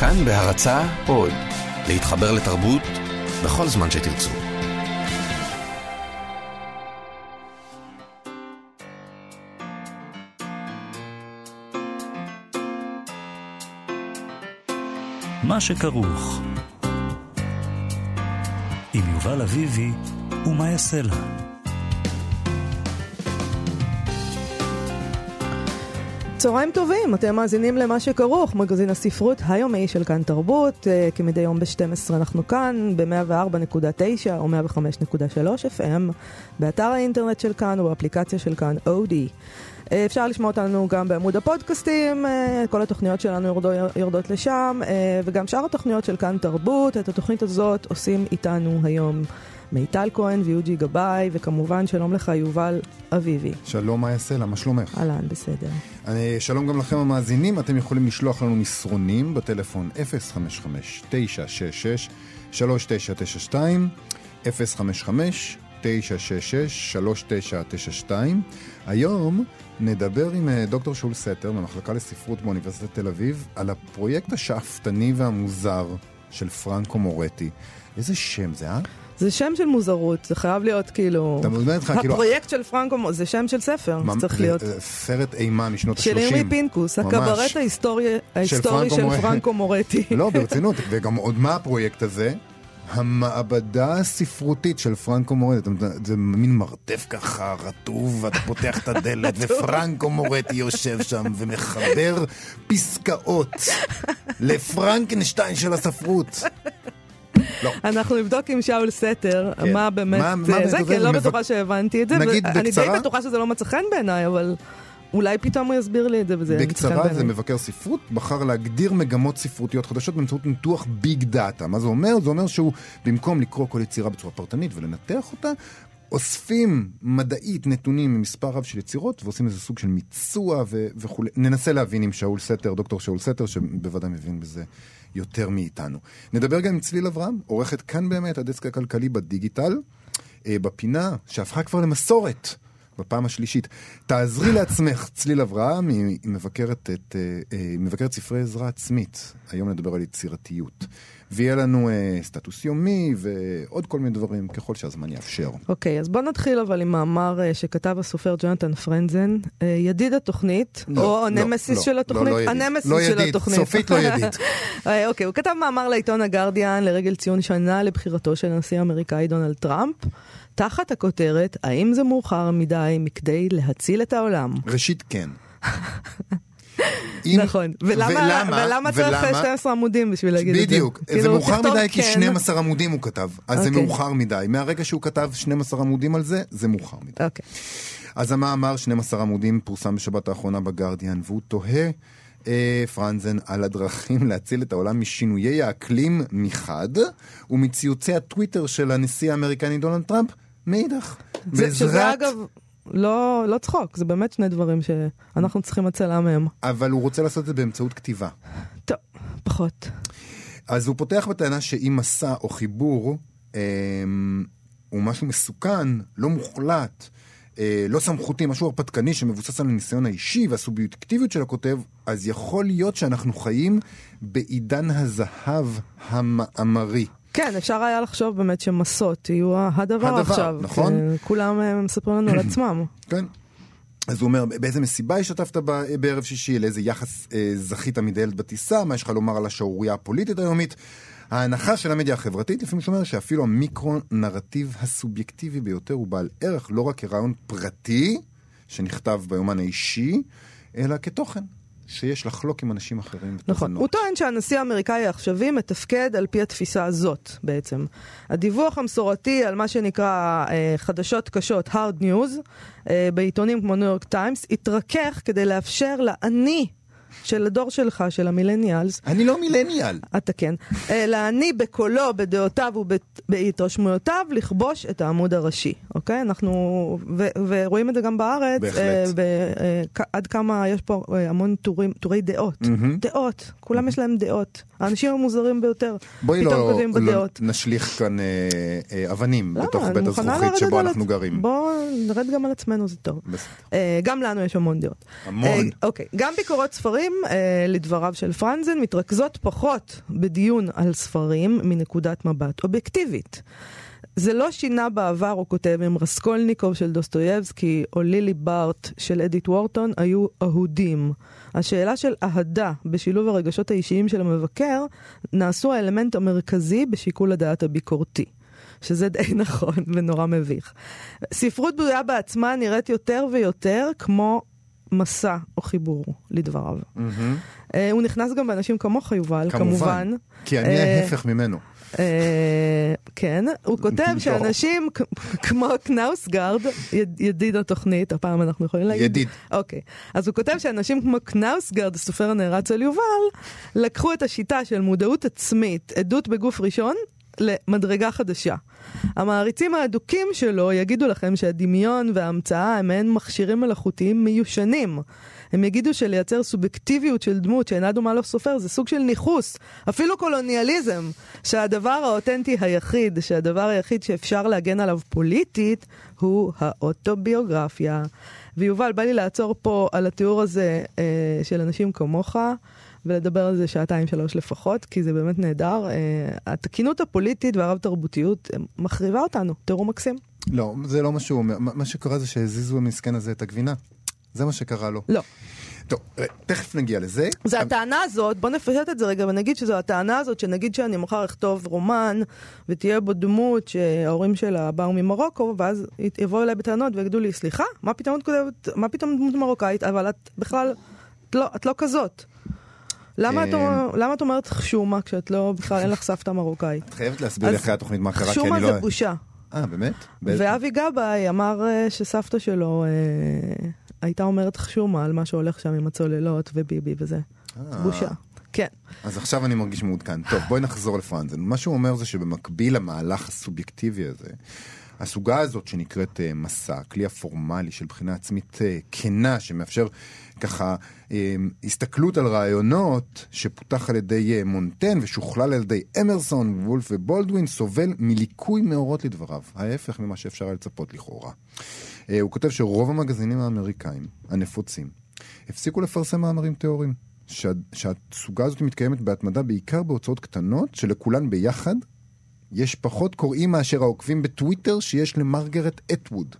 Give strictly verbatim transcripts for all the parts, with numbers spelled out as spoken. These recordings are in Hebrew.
כאן בהרצאה עוד, להתחבר לתרבות בכל זמן שתרצו. מה שכרוך עם יובל אביבי ומה יעשה לה. צהריים טובים, אתם מאזינים למה שכרוך, מגזין הספרות היומי של כאן תרבות. כמדי יום ב-שתים עשרה אנחנו כאן ב-מאה וארבע נקודה תשע או מאה וחמש נקודה שלוש אף אם, באתר האינטרנט של כאן ובאפליקציה של כאן אודי. אפשר לשמוע אותנו גם בעמוד הפודקאסטים, כל התוכניות שלנו יורדות, יורדות לשם, וגם שאר התוכניות של כאן תרבות. את התוכנית הזאת עושים איתנו היום מיטל כהן ויוג'י גבאי, וכמובן שלום לך יובל אביבי. שלום, מה יעשה לה? מה שלומך? אהלן, בסדר. אני, שלום גם לכם המאזינים, אתם יכולים לשלוח לנו מסרונים בטלפון אפס חמש חמש תשע שש שש שלוש תשע תשע שתיים, אפס חמש חמש תשע שש שש שלוש תשע תשע שתיים. היום נדבר עם דוקטור שאול סתר ממחלקה לספרות באוניברסיטת תל אביב על הפרויקט השאפתני והמוזר של פרנקו מורטי. איזה שם זה, אה? זה שם של מוזרות, זה חייב להיות כאילו... הפרויקט של פרנקו, זה שם של ספר, זה צריך להיות. סרט אימה משנות ה-שלושים. של אימרי פינקוס, הקברט ההיסטורי של פרנקו מורטי. לא, ברצינות, וגם עוד מה הפרויקט הזה? המעבדה הספרותית של פרנקו מורטי. זה מין מרתף ככה, רטוב, ואתה פותח את הדלת, ופרנקו מורטי יושב שם ומחבר פסקאות לפרנקנשטיין של הספרות. לא. אנחנו נבדוק עם שאול סתר כן. מה באמת מה, זה, מה זה כי אני לא מבק... בטוחה שהבנתי את זה, נגיד ואני בקצרה, די בטוחה שזה לא מצא חן בעיניי, אבל אולי פתאום הוא יסביר לי את זה וזה בקצרה. זה מבקר ספרות בחר להגדיר מגמות ספרותיות חדשות באמצעות ניתוח ביג דאטה. מה זה אומר? זה אומר שהוא במקום לקרוא כל יצירה בצורה פרטנית ולנתח אותה, אוספים מדעית נתונים ממספר רב של יצירות ועושים איזה סוג של מיצוע ו- וכו'. ננסה להבין עם שאול סתר, דוקטור שאול סתר, שבוודאי מבין בזה יותר מאיתנו. נדבר גם עם צליל אברהם, עורכת כאן באמת הדסק הכלכלי בדיגיטל, אה, בפינה שהפכה כבר למסורת בפעם השלישית. תעזרי לעצמך, צליל אברהם, היא מבקרת, את, אה, היא מבקרת ספרי עזרה עצמית. היום נדבר על יצירתיות. ויהיה לנו אה, סטטוס יומי ועוד כל מיני דברים ככל שהזמן יאפשר. אוקיי, אז בוא נתחיל אבל עם מאמר אה, שכתב הסופר ג'ונתן פרנזן, אה, ידיד התוכנית, לא, או הנמסיס לא, של התוכנית. לא, לא ידיד. הנמסיס לא של ידיד, התוכנית. סופית לא ידיד. אה, אוקיי, הוא כתב מאמר לעיתון הגרדיאן לרגל ציון שנה לבחירתו של הנשיא האמריקאי דונלד טראמפ, תחת הכותרת, האם זה מאוחר מדי מכדי להציל את העולם? ראשית כן. נכון, ולמה צריך שתים עשרה עמודים בשביל להגיד את זה? בדיוק, זה מאוחר מדי כי שנים עשר עמודים הוא כתב, אז זה מאוחר מדי. מהרגע שהוא כתב שנים עשר עמודים על זה, זה מאוחר מדי. אז המאמר שנים עשר עמודים פורסם בשבת האחרונה בגרדיאן, והוא תוהה פרנזן על הדרכים להציל את העולם משינויי האקלים מחד, ומציוצי הטוויטר של הנשיא האמריקני דונלד טראמפ מאידך. שזה אגב לא, לא צחוק, זה באמת שני דברים שאנחנו צריכים הצלה מהם. אבל הוא רוצה לעשות את זה באמצעות כתיבה. טוב, פחות. אז הוא פותח בטענה שאם מסע או חיבור אה, הוא משהו מסוכן, לא מוחלט, אה, לא סמכותי, משהו הרפתקני שמבוסס על הניסיון האישי והסובייקטיביות של הכותב, אז יכול להיות שאנחנו חיים בעידן הזהב המאמרי. כן, אפשר היה לחשוב באמת שמסות יהיו הדבר, הדבר עכשיו. נכון? כולם מספרים לנו על עצמם. כן. אז הוא אומר, באיזה מסיבה השתתפת בערב שישי, לאיזה יחס אה, זכית מדלת בטיסה, מה יש לך לומר על השעוריה הפוליטית היומית? ההנחה של המדיה החברתית, לפעמים שאומר שאפילו המיקרו-נרטיב הסובייקטיבי ביותר הוא בעל ערך, לא רק כרעיון פרטי, שנכתב ביומן האישי, אלא כתוכן. שיש לחלוק עם אנשים אחרים. נכון. הוא טוען שהנשיא האמריקאי העכשווי מתפקד על פי התפיסה הזאת בעצם. הדיווח המסורתי על מה שנקרא אה, חדשות קשות, hard news, אה, בעיתונים כמו ניו יורק טיימס, התרכך כדי לאפשר לעני של הדור שלך, של המילניאלס. אני לא מילניאל. אתה כן. לעני בקולו, בדעותיו ובהתרשמויותיו, לכבוש את העמוד הראשי. אוקיי? אנחנו, ורואים את זה גם בארץ. בהחלט. עד כמה יש פה המון טורי דעות. דעות. כולם יש להם דעות. האנשים המוזרים ביותר. בואי לא נשליך כאן אבנים בתוך בית הזכוכית שבו אנחנו גרים. בואו נרד גם על עצמנו, זה טוב. גם לנו יש המון דעות. המון. אוקיי. גם ביקורות ספרים ספרים, אה, לדבריו של פרנזן, מתרכזות פחות בדיון על ספרים מנקודת מבט אובייקטיבית. זה לא שינה בעבר, הוא כותב, עם רסקולניקוב של דוסטויבסקי או לילי בארט של אדית וורטון היו אהודים. השאלה של אהדה בשילוב הרגשות האישיים של המבקר נעשו האלמנט המרכזי בשיקול הדעת הביקורתי. שזה די נכון ונורא מביך. ספרות בריאה בעצמה נראית יותר ויותר כמו מסע או חיבור לדבריו. Mm-hmm. Uh, הוא נכנס גם באנשים כמוך, יובל, כמובן. כמובן. כי אני uh, ההפך ממנו. Uh, כן, הוא כותב שאנשים כמו קנאוסגרד, ידיד התוכנית, הפעם אנחנו יכולים להגיד. ידיד. אוקיי. אז הוא כותב שאנשים כמו קנאוסגרד, הסופר הנערץ על יובל, לקחו את השיטה של מודעות עצמית, עדות בגוף ראשון, למדרגה חדשה. המעריצים האדוקים שלו יגידו לכם שהדמיון וההמצאה הם מעין מכשירים מלאכותיים מיושנים. הם יגידו שלייצר סובייקטיביות של דמות שאינה דומה לסופר זה סוג של ניחוס, אפילו קולוניאליזם, שהדבר האותנטי היחיד, שהדבר היחיד שאפשר להגן עליו פוליטית, הוא האוטוביוגרפיה. ויובל, בא לי לעצור פה על התיאור הזה אה, של אנשים כמוך, ולדבר על זה שעתיים שלוש לפחות, כי זה באמת נהדר. התקינות הפוליטית והרב תרבותיות מחריבה אותנו. תראו מקסים. לא, זה לא מה שהוא אומר. מה שקרה זה שהזיזו המסכן הזה את הגבינה. זה מה שקרה לו. לא. טוב, תכף נגיע לזה. זה הטענה הזאת, בוא נפשט את זה רגע ונגיד שזו הטענה הזאת, שנגיד שאני מחר אכתוב רומן, ותהיה בו דמות שההורים שלה באו ממרוקו, ואז יבואו אליי בטענות ויגידו לי, סליחה, מה פתאום את כותבת, מה פתאום דמות מרוקאית, אבל את בכלל, את לא, את לא כזאת. למה את, למה את אומרת חשומה כשאת לא, בכלל אין לך סבתא מרוקאית? את חייבת להסביר לי אחרי התוכנית מה קרה, כי אני לא... חשומה זה בושה. אה, באמת? ואבי גבאי אמר שסבתא שלו הייתה אומרת חשומה על מה שהולך שם עם הצוללות וביבי וזה. בושה. כן. אז עכשיו אני מרגיש מעודכן. טוב, בואי נחזור לפרנזן. מה שהוא אומר זה שבמקביל למהלך הסובייקטיבי הזה, הסוגה הזאת שנקראת uh, מסע, הכלי הפורמלי של בחינה עצמית uh, כנה, שמאפשר ככה uh, הסתכלות על רעיונות שפותח על ידי uh, מונטן ושוכלל על ידי אמרסון, וולף ובולדווין, סובל מליקוי מאורות לדבריו, ההפך ממה שאפשר לצפות לכאורה. Uh, הוא כותב שרוב המגזינים האמריקאים הנפוצים הפסיקו לפרסם מאמרים תיאוריים, שה, שהסוגה הזאת מתקיימת בהתמדה בעיקר בהוצאות קטנות שלכולן ביחד יש פחות קוראים מאשר העוקבים בטוויטר שיש למרגרט אטווד.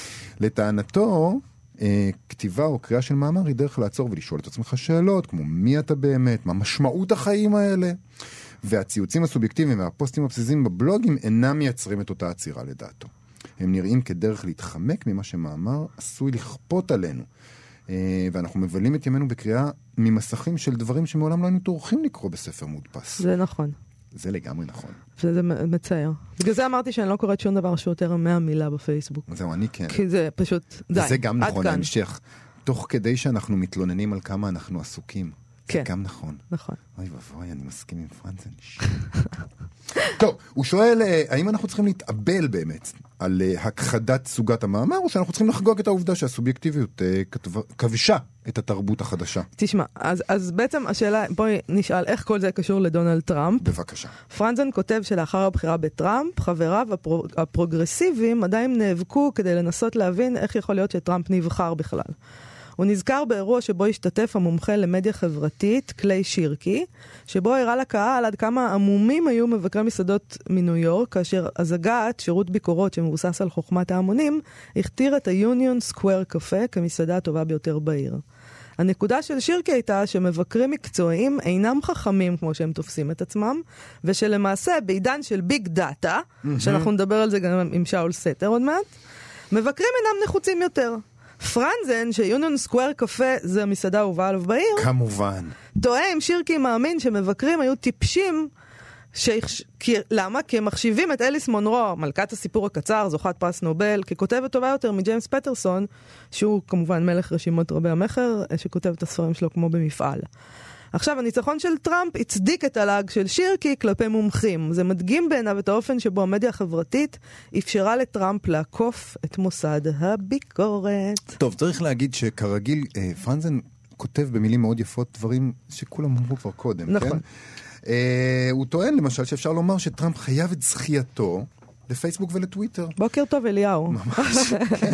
לטענתו, אה, כתיבה או קריאה של מאמר היא דרך לעצור ולשאול את עצמך שאלות, כמו מי אתה באמת, מה משמעות החיים האלה, והציוצים הסובייקטיביים והפוסטים הבסיסיים בבלוגים אינם מייצרים את אותה עצירה לדעתו. הם נראים כדרך להתחמק ממה שמאמר עשוי לכפות עלינו. אה, ואנחנו מבלים את ימינו בקריאה ממסכים של דברים שמעולם לא היינו טורחים לקרוא בספר מודפס. זה נכון. זה לגמרי נכון. זה מצער. בגלל זה אמרתי שאני לא קוראת שום דבר שיותר מאה מילה בפייסבוק. זהו, אני כן. כי זה פשוט, די, זה גם נכון, להמשך. תוך כדי שאנחנו מתלוננים על כמה אנחנו עסוקים. כן. זה גם נכון. נכון. אוי ובוי, אני מסכים עם פרנזן. טוב, הוא שואל, האם אנחנו צריכים להתאבל באמת על הכחדת סוגת המאמר, או שאנחנו צריכים לחגוג את העובדה שהסובייקטיביות כבשה את התרבות החדשה? תשמע, אז, אז בעצם השאלה, בואי נשאל איך כל זה קשור לדונלד טראמפ. בבקשה. פרנזן כותב שלאחר הבחירה בטראמפ, חבריו הפרו, הפרוגרסיביים עדיין נאבקו כדי לנסות להבין איך יכול להיות שטראמפ נבחר בכלל. הוא נזכר באירוע שבו השתתף המומחה למדיה חברתית, קליי שירקי, שבו הראה לקהל עד כמה עמומים היו מבקרי מסעדות מניו יורק, כאשר הזגת שירות ביקורות שמבוסס על חוכמת ההמונים, הכתיר את היוניון סקוואר קפה כמסעדה הטובה ביותר בעיר. הנקודה של שירקי הייתה שמבקרים מקצועיים אינם חכמים כמו שהם תופסים את עצמם, ושלמעשה בעידן של ביג דאטה, mm-hmm. שאנחנו נדבר על זה גם עם שאול סתר עוד מעט, מבקרים אינם נחוצים יותר. פרנזן, שיוניון סקוואר קפה זה המסעדה האהובה עליו בעיר, כמובן. טועה אם שירקי מאמין שמבקרים היו טיפשים, שיחש... כי... למה? כי הם מחשיבים את אליס מונרו, מלכת הסיפור הקצר, זוכת פרס נובל, ככותבת טובה יותר מג'יימס פטרסון, שהוא כמובן מלך רשימות רבי המחר, שכותב את הספרים שלו כמו במפעל. עכשיו, הניצחון של טראמפ הצדיק את הלעג של שירקי כלפי מומחים. זה מדגים בעיניו את האופן שבו המדיה החברתית אפשרה לטראמפ לעקוף את מוסד הביקורת. טוב, צריך להגיד שכרגיל, פרנזן כותב במילים מאוד יפות דברים שכולם אמרו כבר קודם. נכון. כן? Uh, הוא טוען למשל שאפשר לומר שטראמפ חייב את זכייתו לפייסבוק ולטוויטר. בוקר טוב אליהו. ממש, כן.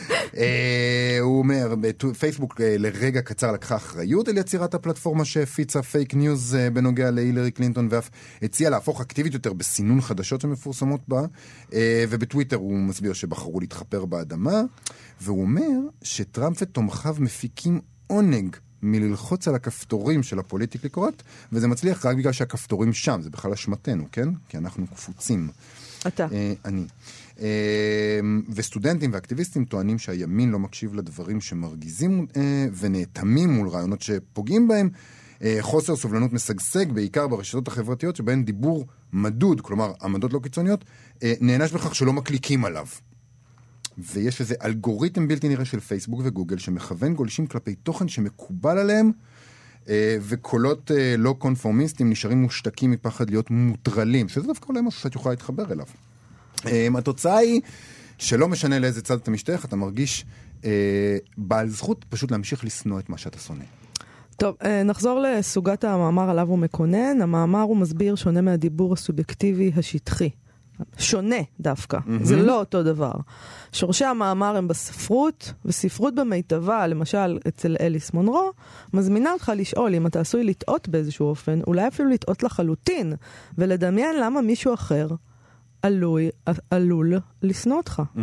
הוא אומר, פייסבוק לרגע קצר לקחה אחריות על יצירת הפלטפורמה שהפיצה פייק ניוז בנוגע להילרי קלינטון, ואף הציעה להפוך אקטיבית יותר בסינון חדשות שמפורסמות בה, ובטוויטר הוא מסביר שבחרו להתחפר באדמה, והוא אומר שטראמפ ותומכיו מפיקים עונג מללחוץ על הכפתורים של הפוליטיקלי קורקט, וזה מצליח רק בגלל שהכפתורים שם, זה בכלל אשמתנו, כן? כי אנחנו קפוצים. אתה. אה, אני. אה, וסטודנטים ואקטיביסטים טוענים שהימין לא מקשיב לדברים שמרגיזים אה, ונאטמים מול רעיונות שפוגעים בהם. אה, חוסר סובלנות משגשג, בעיקר ברשתות החברתיות, שבהן דיבור מדוד, כלומר עמדות לא קיצוניות, אה, נענש בכך שלא מקליקים עליו. ויש איזה אלגוריתם בלתי נראה של פייסבוק וגוגל שמכוון גולשים כלפי תוכן שמקובל עליהם, וקולות לא קונפורמיסטים נשארים מושתקים מפחד להיות מוטרלים, שזה דווקא אולי משהו שאת יכולה להתחבר אליו. התוצאה היא שלא משנה לאיזה צד אתה משתייך, אתה מרגיש בעל זכות פשוט להמשיך לשנוא את מה שאתה שונא. טוב, נחזור לסוגת המאמר עליו הוא מקונן. המאמר הוא מסביר שונה מהדיבור הסובייקטיבי השטחי. שונה דווקא, mm-hmm. זה לא אותו דבר. שורשי המאמר הם בספרות, וספרות במיטבה, למשל אצל אליס מונרו, מזמינה אותך לשאול אם אתה עשוי לטעות באיזשהו אופן, אולי אפילו לטעות לחלוטין, ולדמיין למה מישהו אחר עלוי, עלול לשנוא אותך. Mm-hmm.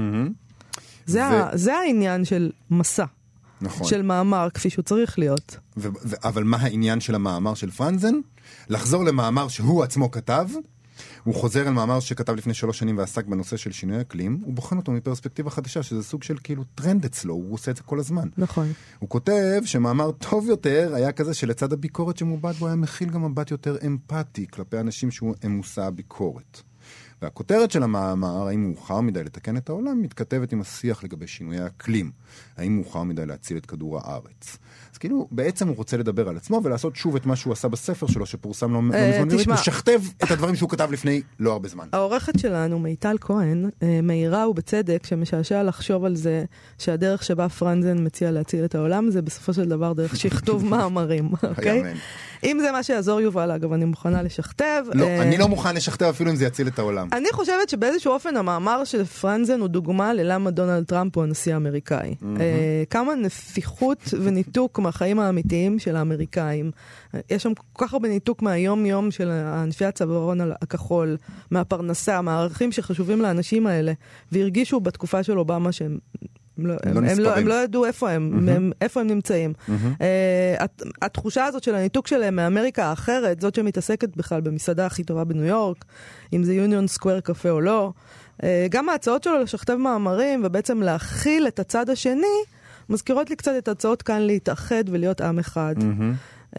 זה, ו... ה, זה העניין של מסע. נכון. של מאמר כפי שהוא צריך להיות. ו- ו- אבל מה העניין של המאמר של פרנזן? לחזור למאמר שהוא עצמו כתב, הוא חוזר על מאמר שכתב לפני שלוש שנים ועסק בנושא של שינוי אקלים, הוא בוחן אותו מפרספקטיבה חדשה, שזה סוג של כאילו טרנד אצלו, הוא עושה את זה כל הזמן. נכון. הוא כותב שמאמר טוב יותר היה כזה שלצד הביקורת שמובט בו היה מכיל גם מבט יותר אמפתי כלפי אנשים שהוא מושא הביקורת. והכותרת של המאמר, האם מאוחר מדי לתקן את העולם, מתכתבת עם השיח לגבי שינוי האקלים. האם מאוחר מדי להציל את כדור הארץ. אז כאילו, בעצם הוא רוצה לדבר על עצמו, ולעשות שוב את מה שהוא עשה בספר שלו, שפורסם לו מזמן ירית, לשכתב את הדברים שהוא כתב לפני לא הרבה זמן. העורכת שלנו, מיטל כהן, מהירה ובצדק, שמשעשע לחשוב על זה, שהדרך שבה פרנזן מציע להציל את העולם, זה בסופו של דבר דרך שכתוב מאמרים, אוקיי? אם זה מה שיעזור יובל, אגב, אני מוכנה לשכתב. לא, אני לא מוכן לשכתב אפילו אם זה יציל את העולם. אני חושבת שבאיזשהו אופן המאמר של פרנזן הוא דוגמה ללמה דונלד טראמפ הוא הנשיא האמריקאי. כמה נפיחות וניתוק מהחיים האמיתיים של האמריקאים. יש שם כל כך הרבה ניתוק מהיום-יום של אנשי הצווארון הכחול, מהפרנסה, מהערכים שחשובים לאנשים האלה, והרגישו בתקופה של אובמה שהם לא, הם, הם, לא, הם לא ידעו איפה הם, mm-hmm. הם, איפה הם נמצאים. Mm-hmm. Uh, הת, התחושה הזאת של הניתוק שלהם מאמריקה האחרת, זאת שמתעסקת בכלל במסעדה הכי טובה בניו יורק, אם זה יוניון סקוואר קפה או לא, uh, גם ההצעות שלו לשכתב מאמרים ובעצם להכיל את הצד השני, מזכירות לי קצת את הצעות כאן להתאחד ולהיות עם אחד. Mm-hmm.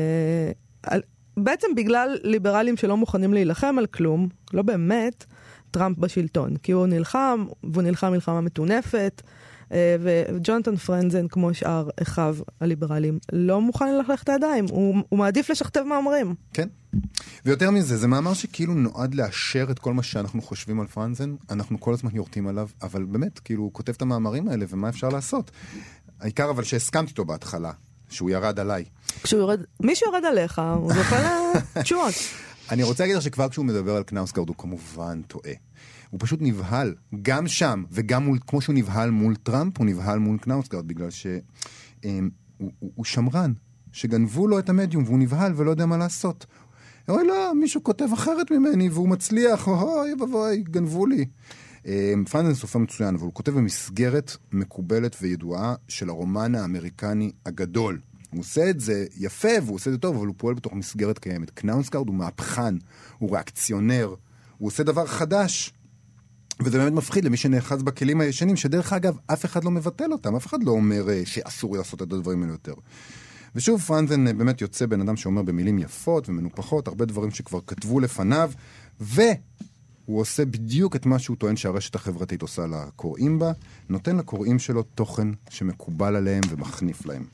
Uh, בעצם בגלל ליברלים שלא מוכנים להילחם על כלום, לא באמת, טראמפ בשלטון, כי הוא נלחם, והוא נלחם מלחמה מטונפת, וג'ונתן פרנזן, כמו שאר אחיו הליברלים, לא מוכן ללכלך את הידיים, הוא, הוא מעדיף לשכתב מאמרים. כן. ויותר מזה, זה מאמר שכאילו נועד לאשר את כל מה שאנחנו חושבים על פרנזן, אנחנו כל הזמן יורטים עליו, אבל באמת, כאילו, הוא כותב את המאמרים האלה, ומה אפשר לעשות? העיקר אבל שהסכמתי איתו בהתחלה, שהוא ירד עליי. כשהוא יורד, מי שיורד עליך, הוא זוכה לתשואות. אני רוצה להגיד לך שכבר כשהוא מדבר על קנאוסגרד, הוא כמובן טועה. הוא פשוט נבהל, גם שם, וגם מול, כמו שהוא נבהל מול טראמפ, הוא נבהל מול קנאוסגרד, בגלל שהוא הוא, הוא שמרן, שגנבו לו את המדיום, והוא נבהל ולא יודע מה לעשות. אוי לא, מישהו כותב אחרת ממני, והוא מצליח, אוי, אוי, גנבו לי. פרנזן סופר מצוין, אבל הוא כותב במסגרת מקובלת וידועה של הרומן האמריקני הגדול. הוא עושה את זה יפה, והוא עושה את זה טוב, אבל הוא פועל בתוך מסגרת קיימת. קנאוסגרד הוא מהפכן, הוא ריאקציונר, הוא עושה דבר חדש, וזה באמת מפחיד למי שנאחז בכלים הישנים, שדרך אגב, אף אחד לא מבטל אותם, אף אחד לא אומר שאסור לעשות את הדברים האלה יותר. ושוב, פרנזן באמת יוצא בן אדם שאומר במילים יפות ומנופחות, הרבה דברים שכבר כתבו לפניו, והוא עושה בדיוק את מה שהוא טוען שהרשת החברתית עושה לקוראים בה, נותן לקוראים שלו תוכן שמקובל עליהם ומחניף להם.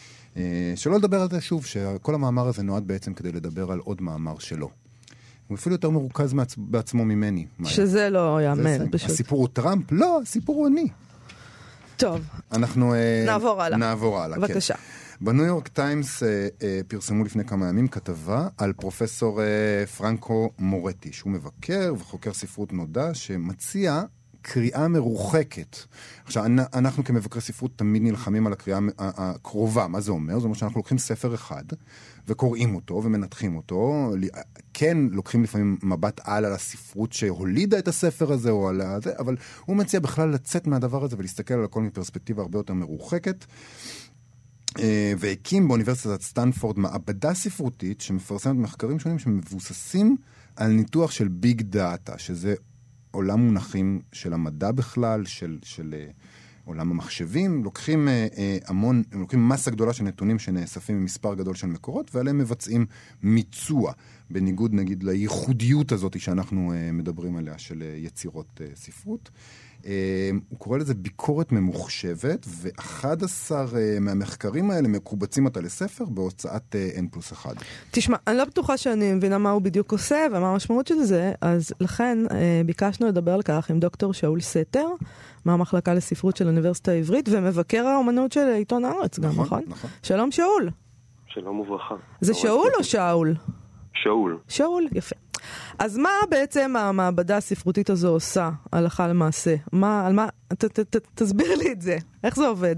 שלא לדבר על זה שוב, שכל המאמר הזה נועד בעצם כדי לדבר על עוד מאמר שלו. הוא אפילו יותר מרוכז מעצ... בעצמו ממני. שזה לא יאמן, פשוט. הסיפור הוא טראמפ? לא, הסיפור הוא אני. טוב. אנחנו נעבור הלאה. נעבור הלאה, בבקשה. כן. בניו יורק טיימס אה, אה, פרסמו לפני כמה ימים כתבה על פרופסור אה, פרנקו מורטי, שהוא מבקר וחוקר ספרות נודע, שמציע קריאה מרוחקת. עכשיו, אנחנו כמבקרי ספרות תמיד נלחמים על הקריאה הקרובה. מה זה אומר? זאת אומרת שאנחנו לוקחים ספר אחד, וקוראים אותו ומנתחים אותו. כן, לוקחים לפעמים מבט על על הספרות שהולידה את הספר הזה, או על זה, אבל הוא מציע בכלל לצאת מהדבר הזה ולהסתכל על הכל מפרספקטיבה הרבה יותר מרוחקת. והקים באוניברסיטת סטנפורד מעבדה ספרותית שמפרסמת מחקרים שונים שמבוססים על ניתוח של ביג דאטה, שזה עולם מונחים של המדע בכלל, של, של uh, עולם המחשבים, לוקחים uh, uh, המון, לוקחים מסה גדולה של נתונים שנאספים ממספר גדול של מקורות, ועליהם מבצעים מיצוע, בניגוד נגיד לייחודיות הזאת שאנחנו uh, מדברים עליה, של uh, יצירות uh, ספרות. Uh, הוא קורא לזה ביקורת ממוחשבת, ו-אחד עשר uh, מהמחקרים האלה מקובצים אותה לספר בהוצאת uh, N פלוס אחד. תשמע, אני לא בטוחה שאני מבינה מה הוא בדיוק עושה ומה המשמעות של זה, אז לכן uh, ביקשנו לדבר על כך עם דוקטור שאול סתר, מהמחלקה לספרות של האוניברסיטה העברית, ומבקר האומנות של עיתון הארץ גם, נכון? נכון? נכון. שלום שאול. שלום וברכה. זה שאול או שאול? שאול. שאול, יפה. אז מה בעצם המעבדה הספרותית הזו עושה הלכה למעשה? מה, על מה, ת, ת, ת, תסביר לי את זה. איך זה עובד?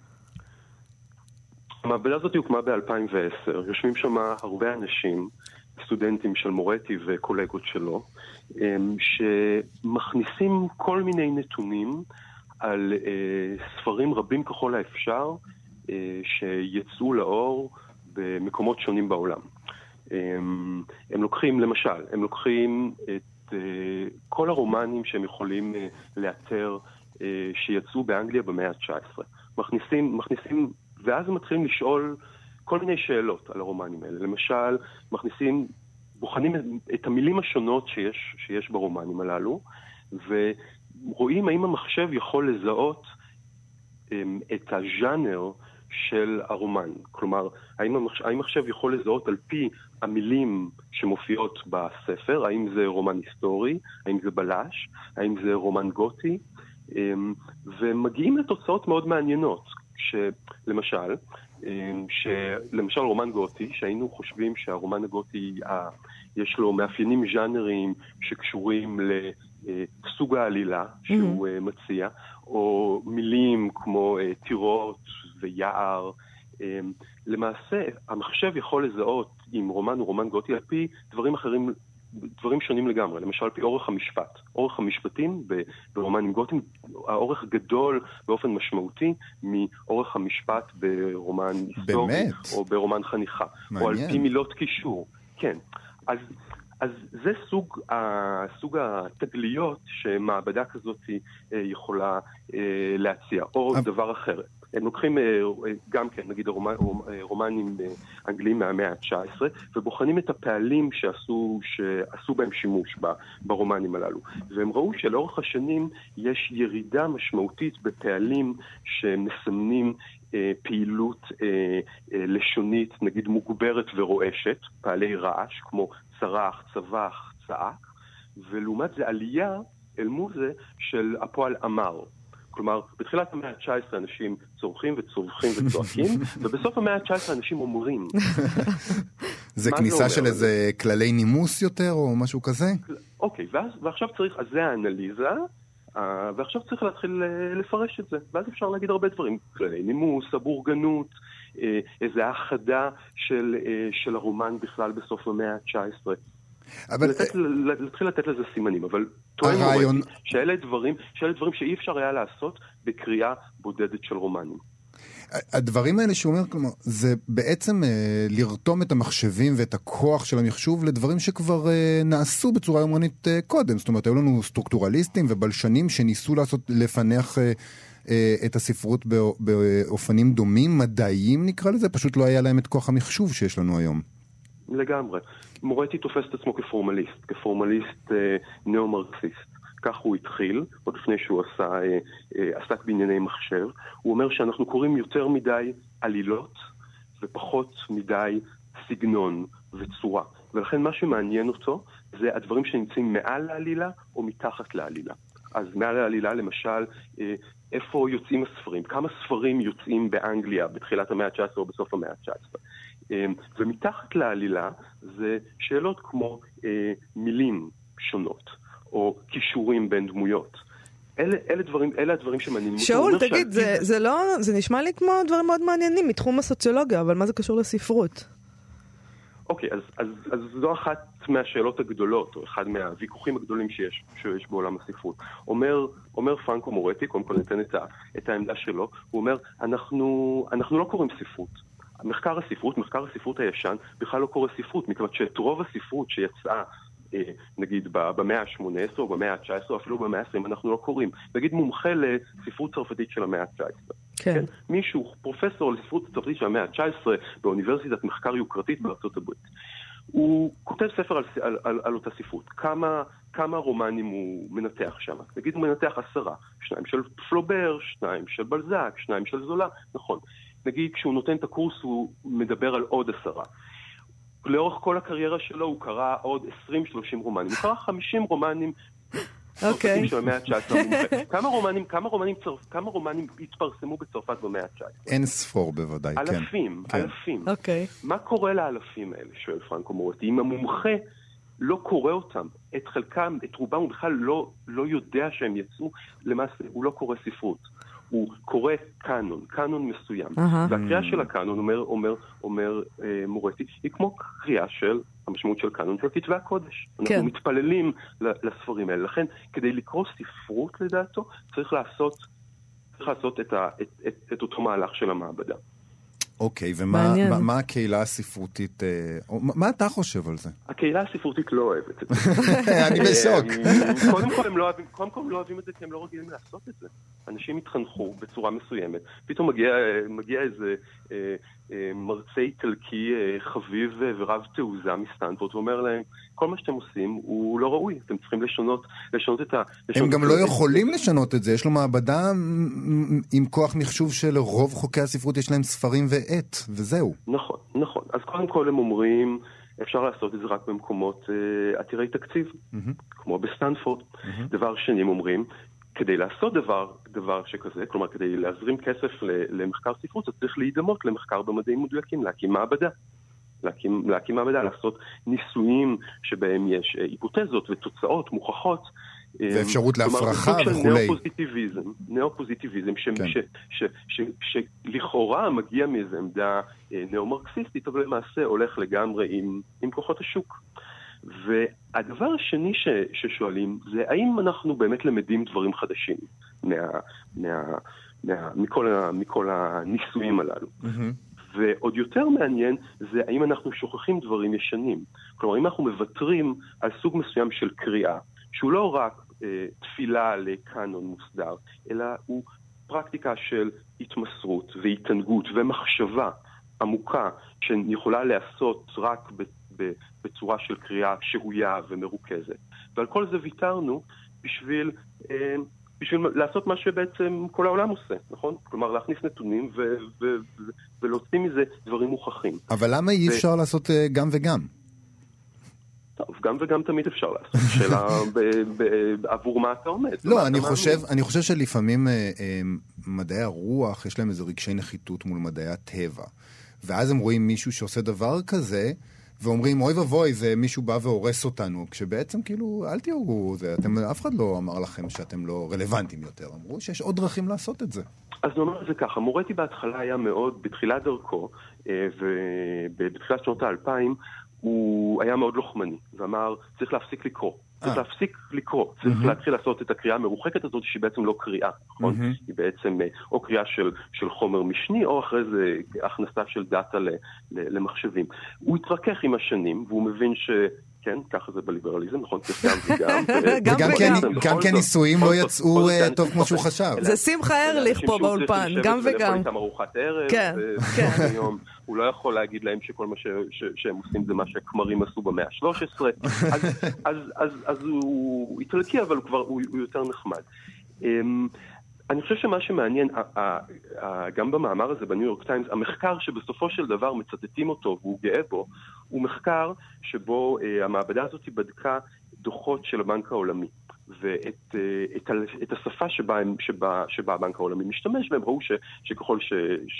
המעבדה הזאת הוקמה ב-אלפיים ועשר. יושבים שם הרבה אנשים, סטודנטים של מורטי וקולגות שלו, שמכניסים כל מיני נתונים על ספרים רבים ככל האפשר, שיצאו לאור במקומות שונים בעולם. הם, הם לוקחים, למשל, הם לוקחים את uh, כל הרומנים שהם יכולים uh, לאתר uh, שיצאו באנגליה במאה ה-תשע עשרה. מכניסים, מכניסים, ואז הם מתחילים לשאול כל מיני שאלות על הרומנים האלה. למשל, מכניסים, בוחנים את, את המילים השונות שיש, שיש ברומנים הללו, ורואים האם המחשב יכול לזהות um, את הז'אנר של הרומן. כלומר, האם המחשב, האם המחשב יכול לזהות על פי המילים שמופיעות בספר, האם זה רומן היסטורי, האם זה בלש, האם זה רומן גותי, ומגיעים לתוצאות מאוד מעניינות, שלמשל, שלמשל רומן גותי, שהיינו חושבים שהרומן הגותי יש לו מאפיינים ז'אנריים שקשורים לסוג העלילה שהוא mm-hmm. מציע, או מילים כמו טירות ויער. למעשה, המחשב יכול לזהות אם רומן הוא רומן גותי על פי דברים אחרים, דברים שונים לגמרי. למשל, על פי אורך המשפט. אורך המשפטים ברומנים גותיים, האורך גדול באופן משמעותי מאורך המשפט ברומן היסטורי, או ברומן חניכה. מעניין. או על פי מילות קישור. כן. אז, אז זה סוג, סוג התגליות שמעבדה כזאת יכולה להציע. או דבר אחר. הם לוקחים גם כן, נגיד, רומנים אנגליים מהמאה ה-תשע עשרה, ובוחנים את הפעלים שעשו, שעשו בהם שימוש ברומנים הללו. והם ראו שלאורך השנים יש ירידה משמעותית בפעלים שמסמנים פעילות לשונית, נגיד מוגברת ורועשת, פעלי רעש, כמו צרח, צבח, צעק, ולעומת זה עלייה אל מול זה של הפועל אמר. כלומר, בתחילת המאה ה-תשע עשרה אנשים צורכים וצורכים וצועקים, ובסוף המאה ה-תשע עשרה אנשים אומרים. זה כניסה של איזה כללי נימוס יותר או משהו כזה? אוקיי, ועכשיו צריך, אז זה האנליזה, ועכשיו צריך להתחיל לפרש את זה. ואז אפשר להגיד הרבה דברים. כללי נימוס, הבורגנות, איזו האחדה של הרומן בכלל בסוף המאה ה-תשע עשרה. אבל להתחיל לתת לזה סימנים, אבל טוען מורטי שאלה דברים, שאלה דברים שאי אפשר היה לעשות בקריאה בודדת של רומנים. הדברים האלה שהוא אומר, כלומר, זה בעצם אה, לרתום את המחשבים ואת הכוח של המחשוב לדברים שכבר אה, נעשו בצורה יומרנית אה, קודם. זאת אומרת, היו לנו סטרוקטורליסטים ובלשנים שניסו לעשות, לפנח אה, אה, את הספרות באופנים דומים, מדעיים נקרא לזה, פשוט לא היה להם את כוח המחשוב שיש לנו היום. לגמרי. מורטי תופס את עצמו כפורמליסט, כפורמליסט אה, נאו-מרקסיסט. כך הוא התחיל, עוד לפני שהוא עשה, אה, אה, עסק בענייני מחשב. הוא אומר שאנחנו קוראים יותר מדי עלילות ופחות מדי סגנון וצורה. ולכן מה שמעניין אותו זה הדברים שנמצאים מעל העלילה או מתחת לעלילה. אז מעל העלילה למשל, אה, איפה יוצאים הספרים, כמה ספרים יוצאים באנגליה בתחילת המאה ה-תשע עשרה או בסוף המאה ה-תשע עשרה. ומתחת לעלילה זה שאלות כמו אה, מילים שונות, או קישורים בין דמויות. אלה, אלה דברים, אלה הדברים שמעניינים. שאול, תגיד, זה, זה לא, זה נשמע לי כמו דברים מאוד מעניינים מתחום הסוציולוגיה, אבל מה זה קשור לספרות? אוקיי, אז, אז, אז זו אחת מהשאלות הגדולות, או אחד מהוויכוחים הגדולים שיש, שיש בעולם הספרות. אומר, אומר פרנקו מורטי, קודם כל ניתן את, ה, את העמדה שלו, הוא אומר, אנחנו, אנחנו לא קוראים ספרות. מחקר הספרות, מחקר הספרות הישן, בכלל לא קורא ספרות, מכיוון שאת רוב הספרות שיצאה, נגיד במאה ה-שמונה עשרה או במאה ה-תשע עשרה או אפילו במאה ה-עשרים אנחנו לא קוראים. נגיד מומחה לספרות צרפתית של המאה ה-תשע עשרה. כן. כן? מישהו, פרופסור לספרות צרפתית של המאה ה-תשע עשרה באוניברסיטת מחקר יוקרתית בארצות הברית. הוא כותב ספר על, על, על, על אותה ספרות. כמה, כמה רומנים הוא מנתח שם? נגיד הוא מנתח עשרה. שניים של פלובר, שניים של בלזק, שניים של זולה. נכון. נגיד כשהוא נותן את הקורס הוא מדבר על עוד עשרה. לאורך כל הקריירה שלו הוא קרא עוד עשרים שלושים רומנים. הוא קרא חמישים רומנים צרפתים של המאה ה-תשע עשרה. כמה רומנים, כמה רומנים, כמה רומנים התפרסמו בצרפת במאה ה-תשע עשרה? אין ספור בוודאי, כן. אלפים, אלפים. אוקיי. מה קורה לאלפים האלה, שואל פרנקו מורטי? אם המומחה לא קורא אותם, את חלקם, את רובם, הוא בכלל לא, לא יודע שהם יצאו, למעשה הוא לא קורא ספרות. הוא קורא קאנון, קאנון מסוים. Uh-huh. והקריאה של הקאנון, אומר, אומר, אומר אה, מורטי, היא כמו קריאה של, המשמעות של קאנון, של כתבי הקודש. כן. אנחנו מתפללים לספרים האלה. לכן, כדי לקרוא ספרות לדעתו, צריך לעשות, צריך לעשות את, ה, את, את, את אותו מהלך של המעבדה. אוקיי, ומה מה, מה הקהילה הספרותית, אה, מה אתה חושב על זה? הקהילה הספרותית לא אוהבת את זה. אני בשוק. קודם כל הם לא אוהבים, קודם כל הם לא אוהבים את זה, כי הם לא רגילים לעשות את זה. אנשים התחנכו בצורה מסוימת. פתאום מגיע, מגיע איזה אה, אה, מרצה איטלקי אה, חביב ורב תעוזה מסטנפורד, ואומר להם, כל מה שאתם עושים הוא לא ראוי. אתם צריכים לשנות, לשנות את ה... הם גם לא יכולים לשנות את זה. יש לו מעבדה עם כוח מחשוב של רוב חוקי הספרות, יש להם ספרים ועט, וזהו. נכון, נכון. אז קודם כל הם אומרים, אפשר לעשות את זה רק במקומות אה, עתירי תקציב, mm-hmm. כמו בסטנפורד. Mm-hmm. דבר שני הם אומרים, כדי לעשות דבר, דבר שכזה, כלומר כדי להזרים כסף למחקר ספרות, אז צריך להידמות למחקר במדעים מדויקים, להקים מעבדה. להקים, להקים מעבדה, לעשות ניסויים שבהם יש היפותזות ותוצאות מוכחות. ואפשרות להפרחה וכולי. נאו-פוזיטיביזם, נאו-פוזיטיביזם, שלכאורה מגיע מאיזו עמדה נאו-מרקסיסטית, אבל למעשה הולך לגמרי עם, עם כוחות השוק. והדבר השני ש, ששואלים זה האם אנחנו באמת למדים דברים חדשים מה, מה, מה, מכל, ה, מכל הניסויים הללו. Mm-hmm. ועוד יותר מעניין זה האם אנחנו שוכחים דברים ישנים. כלומר, אם אנחנו מוותרים על סוג מסוים של קריאה, שהוא לא רק אה, תפילה לקאנון מוסדר, אלא הוא פרקטיקה של התמסרות והתענגות ומחשבה עמוקה שיכולה לעשות רק ב, ב, בצורה של קריאה שהויה ומרוכזת. ועל כל זה ויתרנו בשביל... אה, בשביל לעשות מה שבעצם כל העולם עושה, נכון? כלומר, להכניס נתונים ו- ו- ו- ולהוציא מזה דברים מוכחים. אבל למה אי אפשר ו... לעשות גם וגם? טוב, גם וגם תמיד אפשר לעשות. שאלה ב- ב- עבור מה אתה עומד. לא, אני חושב, אני חושב שלפעמים אה, אה, מדעי הרוח, יש להם איזה רגשי נחיתות מול מדעי הטבע. ואז הם רואים מישהו שעושה דבר כזה, ואומרים, אוי ובוי, זה מישהו בא והורס אותנו, כשבעצם כאילו, אל תראו, זה, אתם, אף אחד לא אמר לכם שאתם לא רלוונטיים יותר, אמרו שיש עוד דרכים לעשות את זה. אז נאמר את זה ככה, מורטי בהתחלה היה מאוד, בתחילת דרכו, ובתחילת שנות האלפיים, הוא היה מאוד לוחמני, ואמר, צריך להפסיק לקרוא. צריך להפסיק לקרוא, צריך mm-hmm. להתחיל לעשות את הקריאה המרוחקת הזאת שהיא בעצם לא קריאה, נכון? Mm-hmm. היא בעצם או קריאה של, של חומר משני או אחרי זה הכנסה של דאטה ל, ל, למחשבים. הוא התרכך עם השנים והוא מבין ש... כן, ככה זה בליברליזם, נכון? וגם גם כן ניסויים לא יצאו טוב כמו שהוא חשב. זה שמחה ארליך פה באולפן, גם וגם. איתם ארוחת ערב, הוא לא יכול להגיד להם שכל מה שהם עושים זה מה שהכמרים עשו במאה ה-שלוש עשרה, אז הוא איטלקי, אבל הוא יותר נחמד. אני חושב שמה שמעניין, גם במאמר הזה בניו יורק טיימס, המחקר שבסופו של דבר מצטטים אותו והוא גאה בו, הוא מחקר שבו המעבדה הזאת בדקה דוחות של הבנק העולמי. ואת את, את השפה שבה, שבה, שבה הבנק העולמי משתמש, והם ראו ש, שככל ש,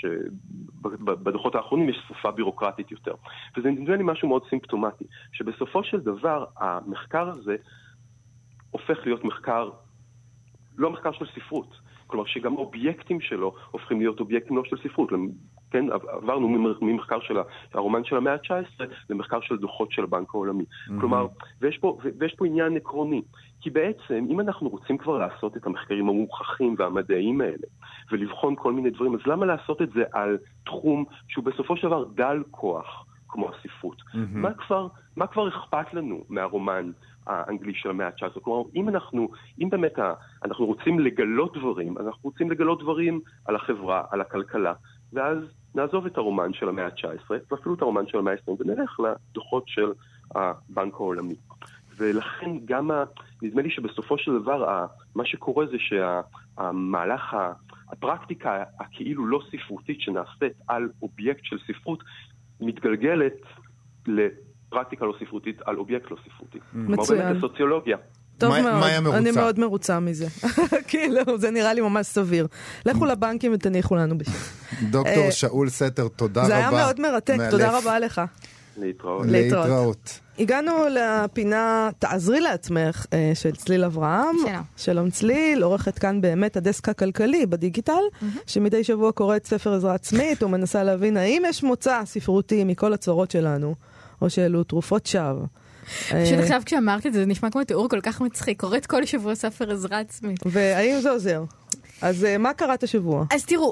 שבדוחות האחרונים יש שפה בירוקרטית יותר. וזה נדמה לי משהו מאוד סימפטומטי, שבסופו של דבר המחקר הזה הופך להיות מחקר, לא מחקר של ספרות, כלומר שגם האובייקטים שלו הופכים להיות אובייקטים לא של ספרות. כן, עברנו ממחקר של הרומן של המאה ה-תשע עשרה למחקר של דוחות של הבנק העולמי. Mm-hmm. כלומר, ויש פה, ויש פה עניין עקרוני, כי בעצם אם אנחנו רוצים כבר לעשות את המחקרים המוכחים והמדעיים האלה, ולבחון כל מיני דברים, אז למה לעשות את זה על תחום שהוא בסופו של דבר דל כוח, כמו הספרות? Mm-hmm. מה כבר, מה כבר אכפת לנו מהרומן האנגלי של המאה ה-תשע עשרה? כלומר, אם אנחנו, אם באמת אנחנו רוצים לגלות דברים, אז אנחנו רוצים לגלות דברים על החברה, על הכלכלה, ואז נעזוב את הרומן של המאה ה-תשע עשרה, ואפילו את הרומן של המאה ה-עשרים, ונלך לדוחות של הבנק העולמי. ולכן גם, נדמה לי שבסופו של דבר, מה שקורה זה שהמהלך, הפרקטיקה הכאילו לא ספרותית שנעשית על אובייקט של ספרות, מתגלגלת לפרקטיקה לא ספרותית על אובייקט לא ספרותי. מצוין. כמו באמת הסוציולוגיה. טוב מאוד, אני מאוד מרוצה מזה. כאילו, זה נראה לי ממש סביר. לכו לבנקים ותניחו לנו בשביל. דוקטור שאול סתר, תודה רבה. זה היה מאוד מרתק, תודה רבה לך. להתראות. להתראות. הגענו לפינה תעזרי לעצמך של צליל אברהם. שלום צליל, עורכת כאן באמת הדסק הכלכלי בדיגיטל, שמדי שבוע קוראת ספר עזרה עצמית ומנסה להבין האם יש מוצא ספרותי מכל הצורות שלנו, או שאלו תרופות שווא. פשוט עכשיו כשאמרת את זה, זה נשמע כמו תיאור כל כך מצחיק. קוראת כל שבוע ספר עזרה עצמית. והאם זה עוזר? אז מה קראת השבוע? אז תראו,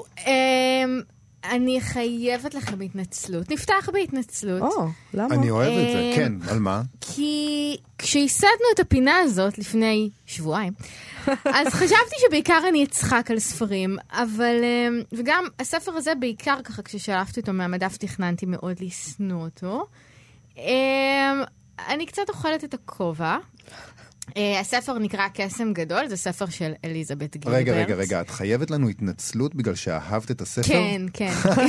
אני חייבת לכם בהתנצלות. נפתח בהתנצלות. או, למה? אני אוהב את זה, כן. על מה? כי כשייסדנו את הפינה הזאת לפני שבועיים, אז חשבתי שבעיקר אני אצחק על ספרים, אבל, וגם הספר הזה בעיקר ככה כששלפתי אותו מהמדף תכננתי מאוד לסנוע אותו. אני קצת אוכלת את הכובע. הספר נקרא קסם גדול, זה ספר של אליזבת גילברט. רגע, רגע, רגע, את חייבת לנו התנצלות בגלל שאהבת את הספר? כן, כן.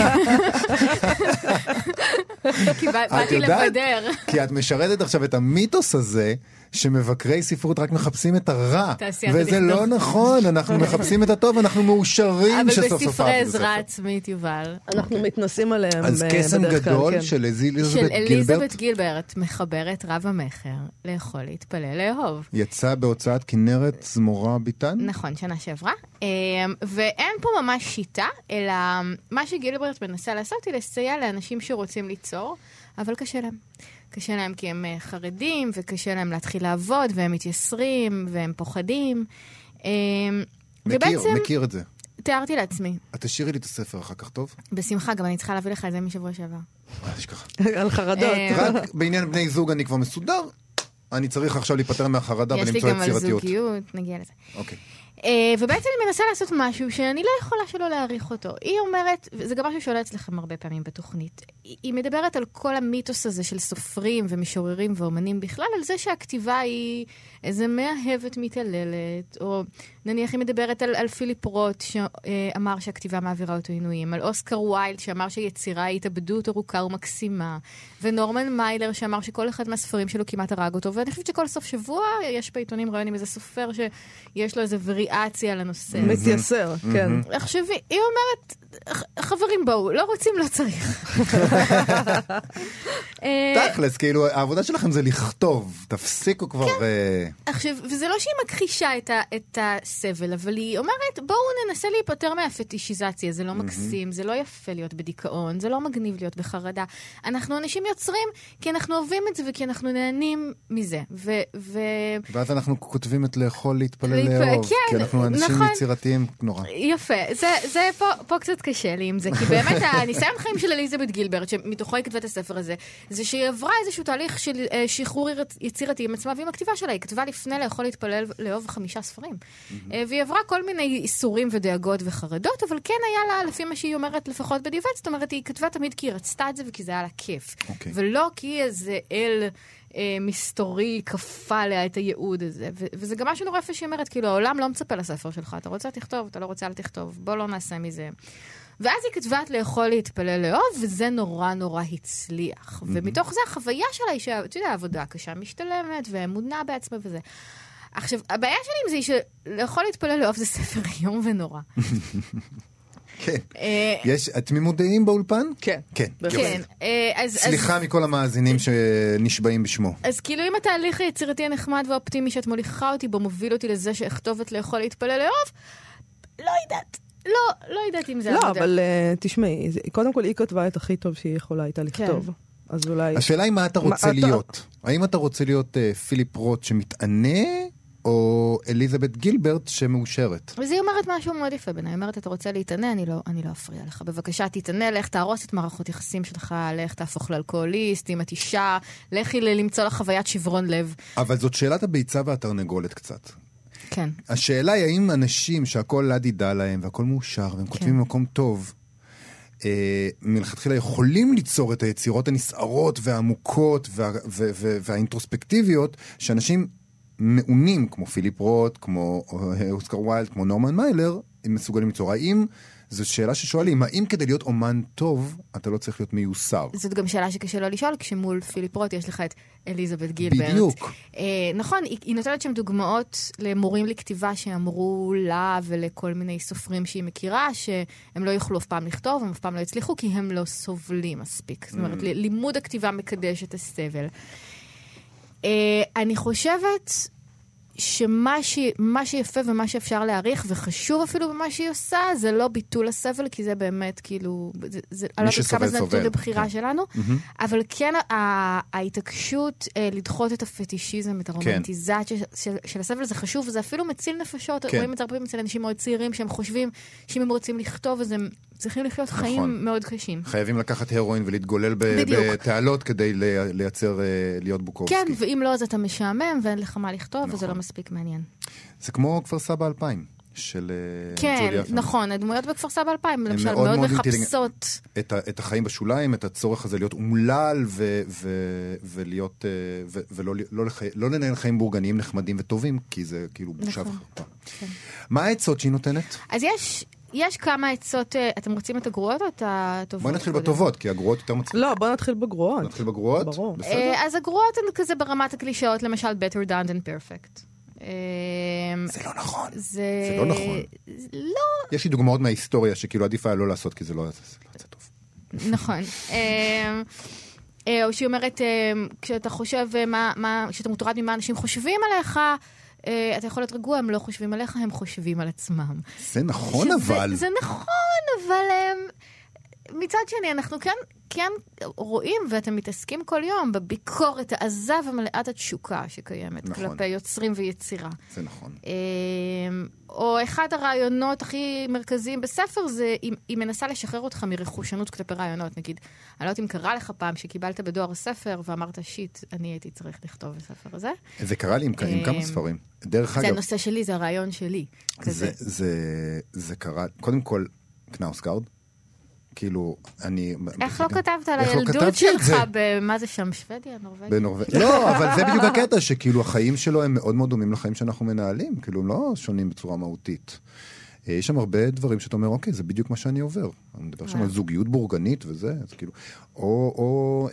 כי באתי לבדר. כי את משרתת עכשיו את המיתוס הזה, שמבקרי ספרות רק מחפשים את הרע. וזה לא נכון, אנחנו מחפשים את הטוב, אנחנו מאושרים שסוף סוף אבל בספרי עזרה עצמית, יובל. אנחנו מתנסים עליהם אז קסם גדול של אליזבת גילברט, מחברת רב המחר, לאכול, להתפלל, לאהוב. יצא בהוצאת כנרת זמורה ביטן? נכון, שנה שעברה. ואין פה ממש שיטה, אלא מה שגילברט מנסה לעשות היא לסייע לאנשים שרוצים ליצור, אבל קשה להם. קשה להם כי הם חרדים, וקשה להם להתחיל לעבוד, והם מתייסרים, והם פוחדים. מכיר, מכיר את זה. תיארתי לעצמי. את תשאירי לי את הספר אחר כך טוב? בשמחה, גם אני צריכה להביא לך את זה משבוע שעבר. יש ככה. על חרדות. רק בעניין בני זוג אני כבר מסודר, אני צריך עכשיו להיפטר מהחרדה ולמצוא יצירתיות. יש לי גם על זוגיות, נגיע לזה. אוקיי. ובעצם אני מנסה לעשות משהו שאני לא יכולה שלא להעריך אותו. היא אומרת, וזה גם משהו שעולה אצלכם הרבה פעמים בתוכנית, היא מדברת על כל המיתוס הזה של סופרים ומשוררים ואומנים בכלל, על זה שהכתיבה היא איזה מאהבת מתעללת, או נניח היא מדברת על, על פיליפ רוט שאמר שהכתיבה מעבירה אותו עינויים, על אוסקר ויילד שאמר שיצירה היא התאבדות ארוכה ומקסימה, ונורמן מיילר שאמר שכל אחד מהספרים שלו כמעט הרג אותו, ואני חושבת שכל סוף שבוע יש בעיתונים רעיון עם איזה סופר שיש לו איזה וריאציה לנושא. מתייסר, כן. עכשיו, היא אומרת, חברים בואו, לא רוצים, לא צריך. תכלס, כאילו, העבודה שלכם זה לכתוב, תפסיקו כבר... עכשיו, וזה לא שהיא מכחישה את הסבל, אבל היא אומרת, בואו ננסה להיפטר מהפטישיזציה, זה לא מקסים, זה לא יפה להיות בדיכאון, זה לא מגניב להיות בחרדה. אנחנו אנשים יוצרים, כי אנחנו אוהבים את זה, וכי אנחנו נהנים מזה. ואז אנחנו כותבים את לאכול, להתפלל, לאהוב, כי אנחנו אנשים יצירתיים נורא. יפה, זה פה קצת קשה לי עם זה, כי באמת הניסיון חיים של אליזבת גילברט, שמתוכו היא כתבה את הספר הזה, זה שהיא עברה איזשהו תהליך של שחרור יצירתי עם עצמה, ועם הכתיבה שלה, היא כתבה לפני לאכול להתפלל לאהוב חמישה ספרים. והיא עברה כל מיני איסורים ודאגות וחרדות, אבל כן היה לה, לפי מה שהיא אומרת, לפחות בדיעבד, זאת אומרת, היא כתבה תמיד כי היא רצתה את זה וכי זה היה לה כיף. ולא כי איזה אל מסתורי כפה עליה את הייעוד הזה. וזה גם משהו נורא יפה שהיא אומרת, כאילו, העולם לא מצפה לספר שלך, אתה רוצה תכתוב, אתה לא רוצה לתכתוב, בוא לא נעשה מזה. ואז היא כתבה את לאכול להתפלל לאהוב, וזה נורא נורא הצליח. ומתוך זה החוויה שלה היא שאתה יודע, העבודה קשה משתלמת, ומודנה בעצמה וזה. עכשיו, הבעיה שלי עם זה היא שלאכול להתפלל לאהוב זה ספר איום ונורא. כן. יש תמימות דעים באולפן? כן. כן. כן. סליחה מכל המאזינים שנשבעים בשמו. אז כאילו אם התהליך היצירתי הנחמד והאופטימי שאת מוליכה אותי בו מוביל אותי לזה שאכתוב את לאכול להתפלל לאהוב, לא יודעת. לא, לא יודעת אם זה לא, אבל תשמעי, קודם כל היא כתבה את הכי טוב שהיא יכולה הייתה לכתוב. אז אולי... השאלה היא מה אתה רוצה להיות. האם אתה רוצה להיות פיליפ רוט שמתענה, או אליזבת גילברט שמאושרת? וזה היא אומרת משהו מאוד יפה בעיניי. היא אומרת, אתה רוצה להתענה, אני לא, אני לא אפריע לך. בבקשה, תתענה, לך תהרוס את מערכות יחסים שלך, לך תהפוך לאלכוהוליסט, אם את אישה, לכי למצוא לך חוויית שברון לב. אבל זאת שאלת הביצה והתרנגולת קצת. כן. השאלה היא האם אנשים שהכל לד ידע להם, והכל מאושר, והם כותבים במקום טוב, אה, מלכתחילה יכולים ליצור את היצירות הנסערות והעמוקות וה, ו, ו, והאינטרוספקטיביות, שאנשים מעונים, כמו פיליפ רוט, כמו אוסקר ויילד, כמו נורמן מיילר, הם מסוגלים ליצור. האם, זו שאלה ששואלים, האם כדי להיות אומן טוב, אתה לא צריך להיות מיוסר? זאת גם שאלה שקשה לא לשאול, כשמול פיליפ רוט יש לך את אליזבת גילברט. בדיוק. אה, נכון, היא, היא נותנת שם דוגמאות למורים לכתיבה שאמרו לה ולכל מיני סופרים שהיא מכירה, שהם לא יוכלו אף פעם לכתוב, הם אף פעם לא יצליחו, כי הם לא סובלים מספיק. זאת אומרת, לימוד הכתיבה מקדש את הסבל. Uh, אני חושבת שמה ש... מה שיפה ומה שאפשר להעריך, וחשוב אפילו במה שהיא עושה, זה לא ביטול הסבל, כי זה באמת כאילו, זה, זה, מי שסובל סובל. זה נתון לבחירה כן. שלנו, mm-hmm. אבל כן ההתעקשות uh, לדחות את הפטישיזם, את הרומנטיזציה כן. של, של הסבל, זה חשוב, וזה אפילו מציל נפשות. כן. רואים את זה הרבה פעמים אצל אנשים מאוד צעירים, שהם חושבים שאם הם רוצים לכתוב, אז הם צריכים לחיות נכון. חיים מאוד קשים. חייבים לקחת הרואין ולהתגולל בתעלות כדי לייצר, להיות בוקובסקי. כן, ואם לא, אז אתה משעמם ואין לך מה לכתוב, נכון. וזה לא מספיק מעניין. זה כמו כפר סבא אלפיים של כן, ג'וליה פן. נכון, הדמויות בכפר סבא אלפיים, למשל, מאוד, מאוד מחפשות. את, את החיים בשוליים, את הצורך הזה להיות אומלל ו, ו, ולהיות, ו, ולא לא, לחי, לא לנהל חיים בורגניים נחמדים וטובים, כי זה כאילו בושה נכון. וחרפה. כן. מה העצות שהיא נותנת? אז יש... יש כמה עצות, אתם רוצים את הגרועות או את הטובות? בוא נתחיל בטובות, כי הגרועות יותר מצליח. לא, בוא נתחיל בגרועות. נתחיל בגרועות? ברור. בסדר. אז הגרועות הן כזה ברמת הקלישאות, למשל better done than perfect. זה לא נכון. זה לא נכון. לא. יש לי דוגמאות מההיסטוריה שכאילו עדיף היה לא לעשות, כי זה לא יצא טוב. נכון. או שהיא אומרת, כשאתה חושב, כשאתה מוטרד ממה אנשים חושבים עליך, אתה יכול להיות רגוע, הם לא חושבים עליך, הם חושבים על עצמם. זה נכון אבל. זה נכון, אבל מצד שני, אנחנו כן, כן רואים, ואתם מתעסקים כל יום, בביקורת העזה ומלאת התשוקה שקיימת, נכון. כלפי יוצרים ויצירה. זה נכון. או אחד הרעיונות הכי מרכזיים בספר, זה היא, היא מנסה לשחרר אותך מרכושנות כלפי רעיונות. נגיד, אני לא יודעת אם קרה לך פעם שקיבלת בדואר הספר, ואמרת, שיט, אני הייתי צריך לכתוב בספר הזה. זה קרה לי עם, עם כמה ספרים. דרך אגב... זה הנושא שלי, זה הרעיון שלי. זה, זה, זה קרה, קודם כל, קנאוסגארד. כאילו, אני... איך לא כתבת על הילדות שלך במה זה שם, שוודיה, נורווגיה? בנורווגיה. לא, אבל זה בדיוק הקטע, שכאילו החיים שלו הם מאוד מאוד דומים לחיים שאנחנו מנהלים, כאילו הם לא שונים בצורה מהותית. יש שם הרבה דברים שאתה אומר, אוקיי, זה בדיוק מה שאני עובר. אני מדבר שם על זוגיות בורגנית וזה, אז כאילו... או,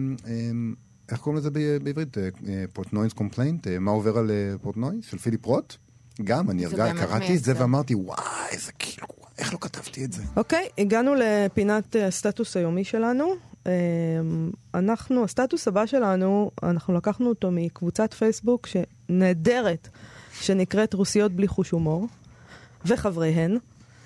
איך קוראים לזה בעברית? פורטנויז קומפליינט, מה עובר על פורטנויז? של פיליפ רוט? גם, אני קראתי את זה ואמרתי, וואי, זה כאילו... איך לא כתבתי את זה? אוקיי, הגענו לפינת הסטטוס היומי שלנו. אנחנו, הסטטוס הבא שלנו, אנחנו לקחנו אותו מקבוצת פייסבוק שנהדרת, שנקראת רוסיות בלי חוש הומור, וחבריהן.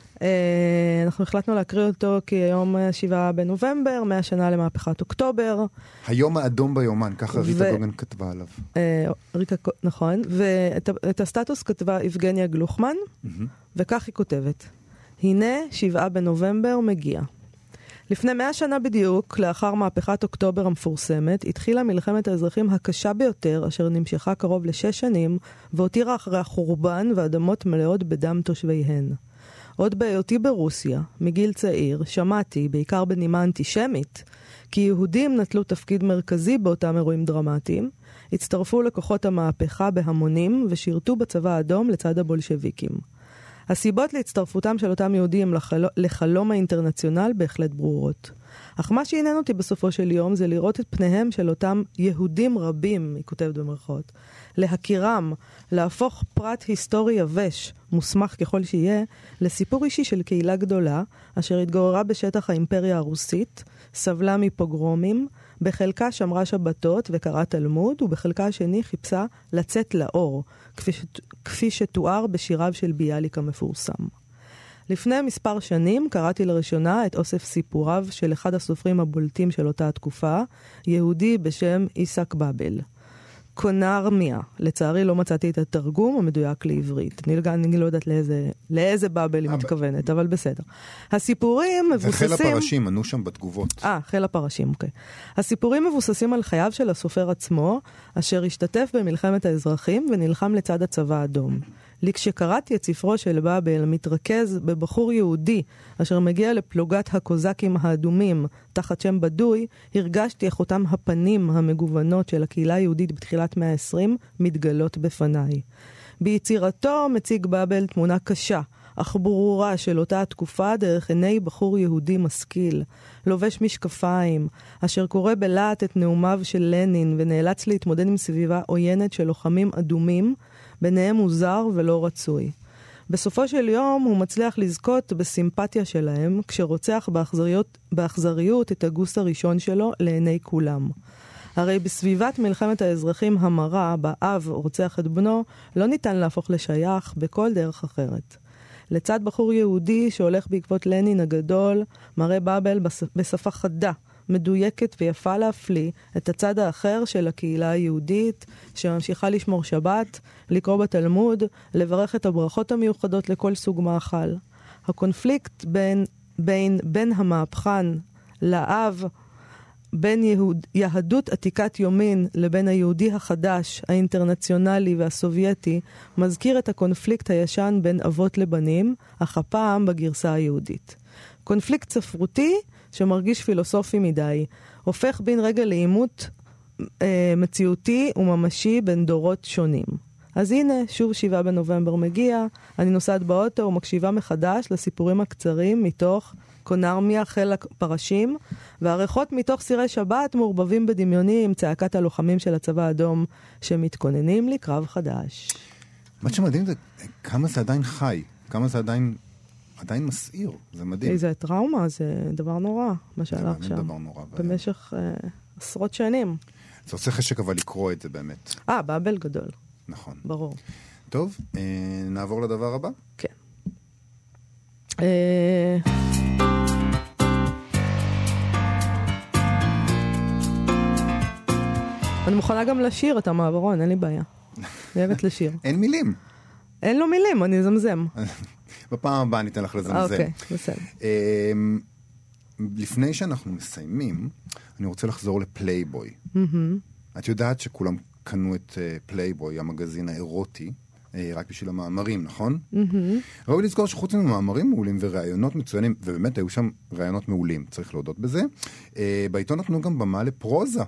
אנחנו החלטנו להקריא אותו כי היום שבעה בנובמבר, מאה שנה למהפכת אוקטובר. היום האדום ביומן, ככה ריטה גוגן כתבה עליו. ריקה, נכון, ואת הסטטוס כתבה יבגניה גלוחמן, וכך היא כותבת. הנה שבעה בנובמבר מגיע. לפני מאה שנה בדיוק, לאחר מהפכת אוקטובר המפורסמת, התחילה מלחמת האזרחים הקשה ביותר, אשר נמשכה קרוב לשש שנים, והותירה אחרי החורבן ואדמות מלאות בדם תושביהן. עוד בהיותי ברוסיה, מגיל צעיר, שמעתי, בעיקר בנימה אנטישמית, כי יהודים נטלו תפקיד מרכזי באותם אירועים דרמטיים, הצטרפו לכוחות המהפכה בהמונים ושירתו בצבא האדום לצד הבולשביקים. הסיבות להצטרפותם של אותם יהודים לחלום, לחלום האינטרנציונל בהחלט ברורות. אך מה שעניין אותי בסופו של יום זה לראות את פניהם של אותם יהודים רבים, היא כותבת במרכאות, להכירם, להפוך פרט היסטורי יבש, מוסמך ככל שיהיה, לסיפור אישי של קהילה גדולה, אשר התגוררה בשטח האימפריה הרוסית, סבלה מפוגרומים, בחלקה שמרה שבתות וקראה תלמוד, ובחלקה השני חיפשה לצאת לאור, כפי, שת... כפי שתואר בשיריו של ביאליק המפורסם. לפני מספר שנים קראתי לראשונה את אוסף סיפוריו של אחד הסופרים הבולטים של אותה התקופה, יהודי בשם איסק באבל. קונרמיה. לצערי לא מצאתי את התרגום המדויק לעברית. אני, אני לא יודעת לאיזה, לאיזה באבל היא מתכוונת, אבל בסדר. הסיפורים מבוססים... זה חיל הפרשים, ענו שם בתגובות. אה, חיל הפרשים, אוקיי. הסיפורים מבוססים על חייו של הסופר עצמו, אשר השתתף במלחמת האזרחים ונלחם לצד הצבא האדום. לכשקראתי את ספרו של באבל מתרכז בבחור יהודי אשר מגיע לפלוגת הקוזקים האדומים תחת שם בדוי, הרגשתי איך אותם הפנים המגוונות של הקהילה היהודית בתחילת מאה ה-עשרים מתגלות בפניי. ביצירתו מציג באבל תמונה קשה, אך ברורה של אותה התקופה דרך עיני בחור יהודי משכיל, לובש משקפיים, אשר קורא בלהט את נאומיו של לנין ונאלץ להתמודד עם סביבה עוינת של לוחמים אדומים, ביניהם מוזר ולא רצוי. בסופו של יום הוא מצליח לזכות בסימפתיה שלהם, כשרוצח באכזריות, באכזריות את הגוס הראשון שלו לעיני כולם. הרי בסביבת מלחמת האזרחים המרה, באב רוצח את בנו, לא ניתן להפוך לשייך בכל דרך אחרת. לצד בחור יהודי שהולך בעקבות לנין הגדול, מראה באבל בשפה חדה, מדויקת ויפה להפליא את הצד האחר של הקהילה היהודית, שממשיכה לשמור שבת, לקרוא בתלמוד, לברך את הברכות המיוחדות לכל סוג מאכל. הקונפליקט בין, בין, בין המהפכן לאב, בין יהוד, יהדות עתיקת יומין לבין היהודי החדש, האינטרנציונלי והסובייטי, מזכיר את הקונפליקט הישן בין אבות לבנים, אך הפעם בגרסה היהודית. קונפליקט ספרותי שמרגיש פילוסופי מדי, הופך בין רגע לעימות אה, מציאותי וממשי בין דורות שונים. אז הנה, שוב שבעה בנובמבר מגיע, אני נוסעת באוטו ומקשיבה מחדש לסיפורים הקצרים מתוך קונרמיה, חיל הפרשים, והעריכות מתוך סירי שבת מעורבבים בדמיוני עם צעקת הלוחמים של הצבא האדום שמתכוננים לקרב חדש. מה שמדהים זה כמה זה עדיין חי, כמה זה עדיין... עדיין מסעיר, זה מדהים. איזה טראומה, זה דבר נורא, מה שהלך שם. זה דבר נורא. במשך אה, עשרות שנים. זה עושה חשק אבל לקרוא את זה באמת. אה, באבל גדול. נכון. ברור. טוב, אה, נעבור לדבר הבא? כן. אה... אני מוכנה גם לשיר את המעברון, אין לי בעיה. אני אוהבת לשיר. אין מילים. אין לו מילים, אני זמזם. בפעם הבאה ניתן לך לזמזם. אוקיי, בסדר. לפני שאנחנו מסיימים, אני רוצה לחזור לפלייבוי. את יודעת שכולם קנו את פלייבוי, המגזין האירוטי, רק בשביל המאמרים, נכון? ראוי לזכור שחוץ ממאמרים מעולים ורעיונות מצוינים, ובאמת היו שם רעיונות מעולים, צריך להודות בזה, בעיתון נתנו גם במה לפרוזה.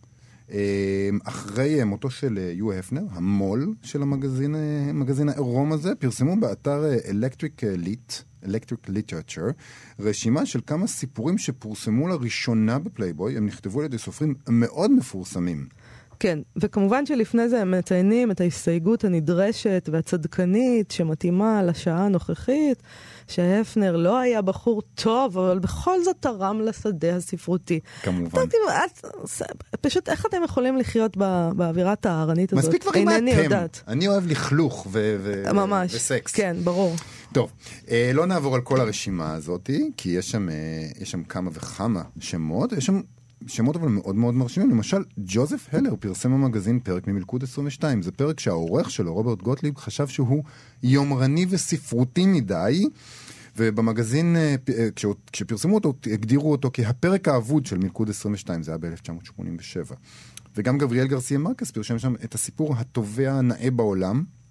אחרי מותו של יו הפנר, המול של המגזין, המגזין העירום הזה, פרסמו באתר Electric Lit, Electric Literature, רשימה של כמה סיפורים שפורסמו לראשונה בפלייבוי, הם נכתבו על ידי סופרים מאוד מפורסמים. כן, וכמובן שלפני זה הם מציינים את ההסתייגות הנדרשת והצדקנית שמתאימה לשעה הנוכחית, שהפנר לא היה בחור טוב, אבל בכל זאת תרם לשדה הספרותי. כמובן. פשוט איך אתם יכולים לחיות באווירת הערנית הזאת? מספיק דברים מהתם. אני אוהב לכלוך וסקס. ממש, כן, ברור. טוב, לא נעבור על כל הרשימה הזאת, כי יש שם כמה וכמה שמות, יש שם שמות אבל מאוד מאוד מרשימים. למשל, ג'וזף הלר פרסם המגזין פרק ממלכוד עשרים ושתיים. זה פרק שהעורך שלו, רוברט גוטליב, חשב שהוא יומרני וספרותי מדי, ובמגזין, כשפרסמו אותו, הגדירו אותו כהפרק האבוד של מלכוד עשרים ושתיים. זה היה ב-אלף תשע מאות שמונים ושבע. וגם גבריאל גרסיה מרקס פרשם שם את הסיפור הטובה הנאה בעולם,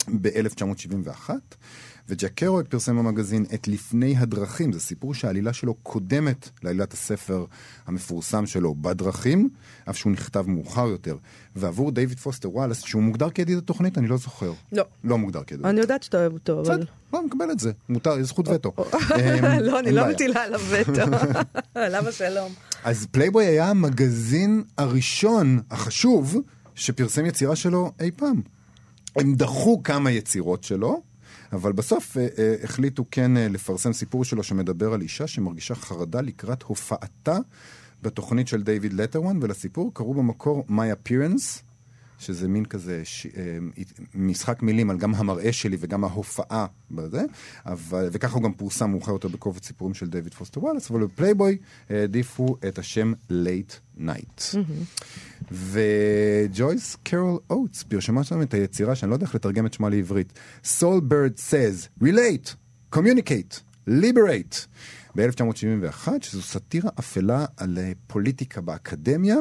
ב-אלף תשע מאות שבעים ואחת, וג'ק קרויק פרסם במגזין את לפני הדרכים, זה סיפור שהעלילה שלו קודמת לעלילת הספר המפורסם שלו בדרכים, אף שהוא נכתב מאוחר יותר, ועבור דיוויד פוסטר וואלאס, שהוא מוגדר כידיד התוכנית, אני לא זוכר. לא. לא מוגדר כידיד. אני יודעת שאתה אוהב אותו, אבל... לא, מקבל את זה, מותר, יש זכות וטו. לא, אני לא מטילה עליו וטו. למה שלום? אז פלייבוי היה המגזין הראשון, החשוב, שפרסם יצירה שלו אי פעם. הם דחו כמה יצירות שלו, אבל בסוף אה, אה, החליטו כן אה, לפרסם סיפור שלו שמדבר על אישה שמרגישה חרדה לקראת הופעתה בתוכנית של דיוויד לטרוואן, ולסיפור קראו במקור My Appearance, שזה מין כזה ש... אה, משחק מילים על גם המראה שלי וגם ההופעה בזה, אבל... וככה הוא גם פורסם מאוחר יותר בקובץ סיפורים של דיוויד פוסטר וואלאס, אבל בפלייבוי העדיפו את השם Late Night. Mm-hmm. וג'ויס קרול אוטס פרשמה שם את היצירה, שאני לא יודע איך לתרגם את שמה לעברית, Soul Bird Says, Relate, Communicate, Liberate, ב-אלף תשע מאות שבעים ואחת, שזו סאטירה אפלה על פוליטיקה באקדמיה.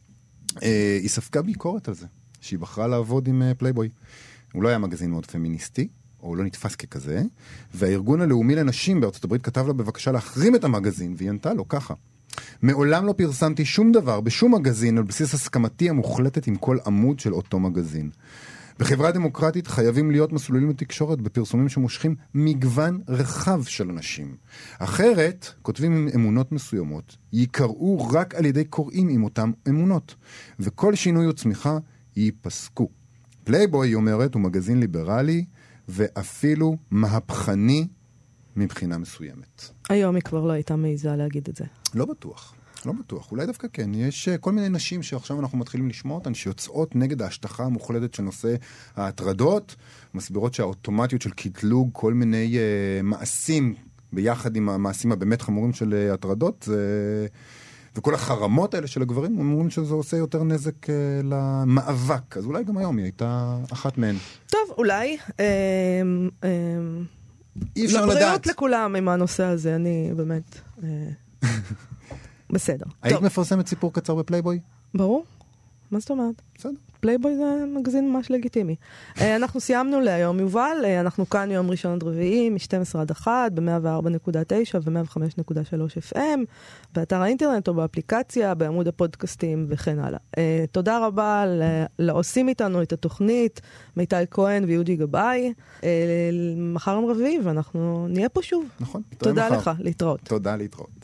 היא ספגה ביקורת על זה, שהיא בחרה לעבוד עם פלייבוי. הוא לא היה מגזין מאוד פמיניסטי, או הוא לא נתפס ככזה, והארגון הלאומי לנשים בארצות הברית כתב לה בבקשה להחרים את המגזין, והיא ענתה לו ככה. מעולם לא פרסמתי שום דבר בשום מגזין על בסיס הסכמתי המוחלטת עם כל עמוד של אותו מגזין. בחברה דמוקרטית חייבים להיות מסלולים לתקשורת בפרסומים שמושכים מגוון רחב של אנשים. אחרת, כותבים עם אמונות מסוימות, יקראו רק על ידי קוראים עם אותם אמונות, וכל שינוי או צמיחה ייפסקו. פלייבוי, היא אומרת, הוא מגזין ליברלי ואפילו מהפכני מבחינה מסוימת. היום היא כבר לא הייתה מעיזה להגיד את זה. לא בטוח. לא בטוח, אולי דווקא כן. יש כל מיני נשים שעכשיו אנחנו מתחילים לשמוע אותן, שיוצאות נגד ההשטחה המוחלטת של נושא ההטרדות, מסבירות שהאוטומטיות של קטלוג כל מיני uh, מעשים, ביחד עם המעשים הבאמת חמורים של uh, הטרדות, זה... וכל החרמות האלה של הגברים, אומרים שזה עושה יותר נזק uh, למאבק. אז אולי גם היום היא הייתה אחת מהן. טוב, אולי. אה, אה, אי אפשר לדעת. לבריאות לכולם עם הנושא הזה, אני באמת... אה, בסדר. היית טוב. מפרסמת סיפור קצר בפלייבוי? ברור. מה זאת אומרת? בסדר. פלייבוי זה מגזין ממש לגיטימי. אנחנו סיימנו להיום, יובל. אנחנו כאן יום ראשון עד רביעי, מ-שתים עשרה עד אחת, ב-מאה וארבע נקודה תשע ו-מאה וחמש נקודה שלוש אף אם, באתר האינטרנט או באפליקציה, בעמוד הפודקאסטים וכן הלאה. תודה רבה לעושים איתנו את התוכנית, מיטל כהן ויהודי גבאי. מחר יום רביעי, ואנחנו נהיה פה שוב. נכון. תודה לך, להתראות. תודה, להתראות.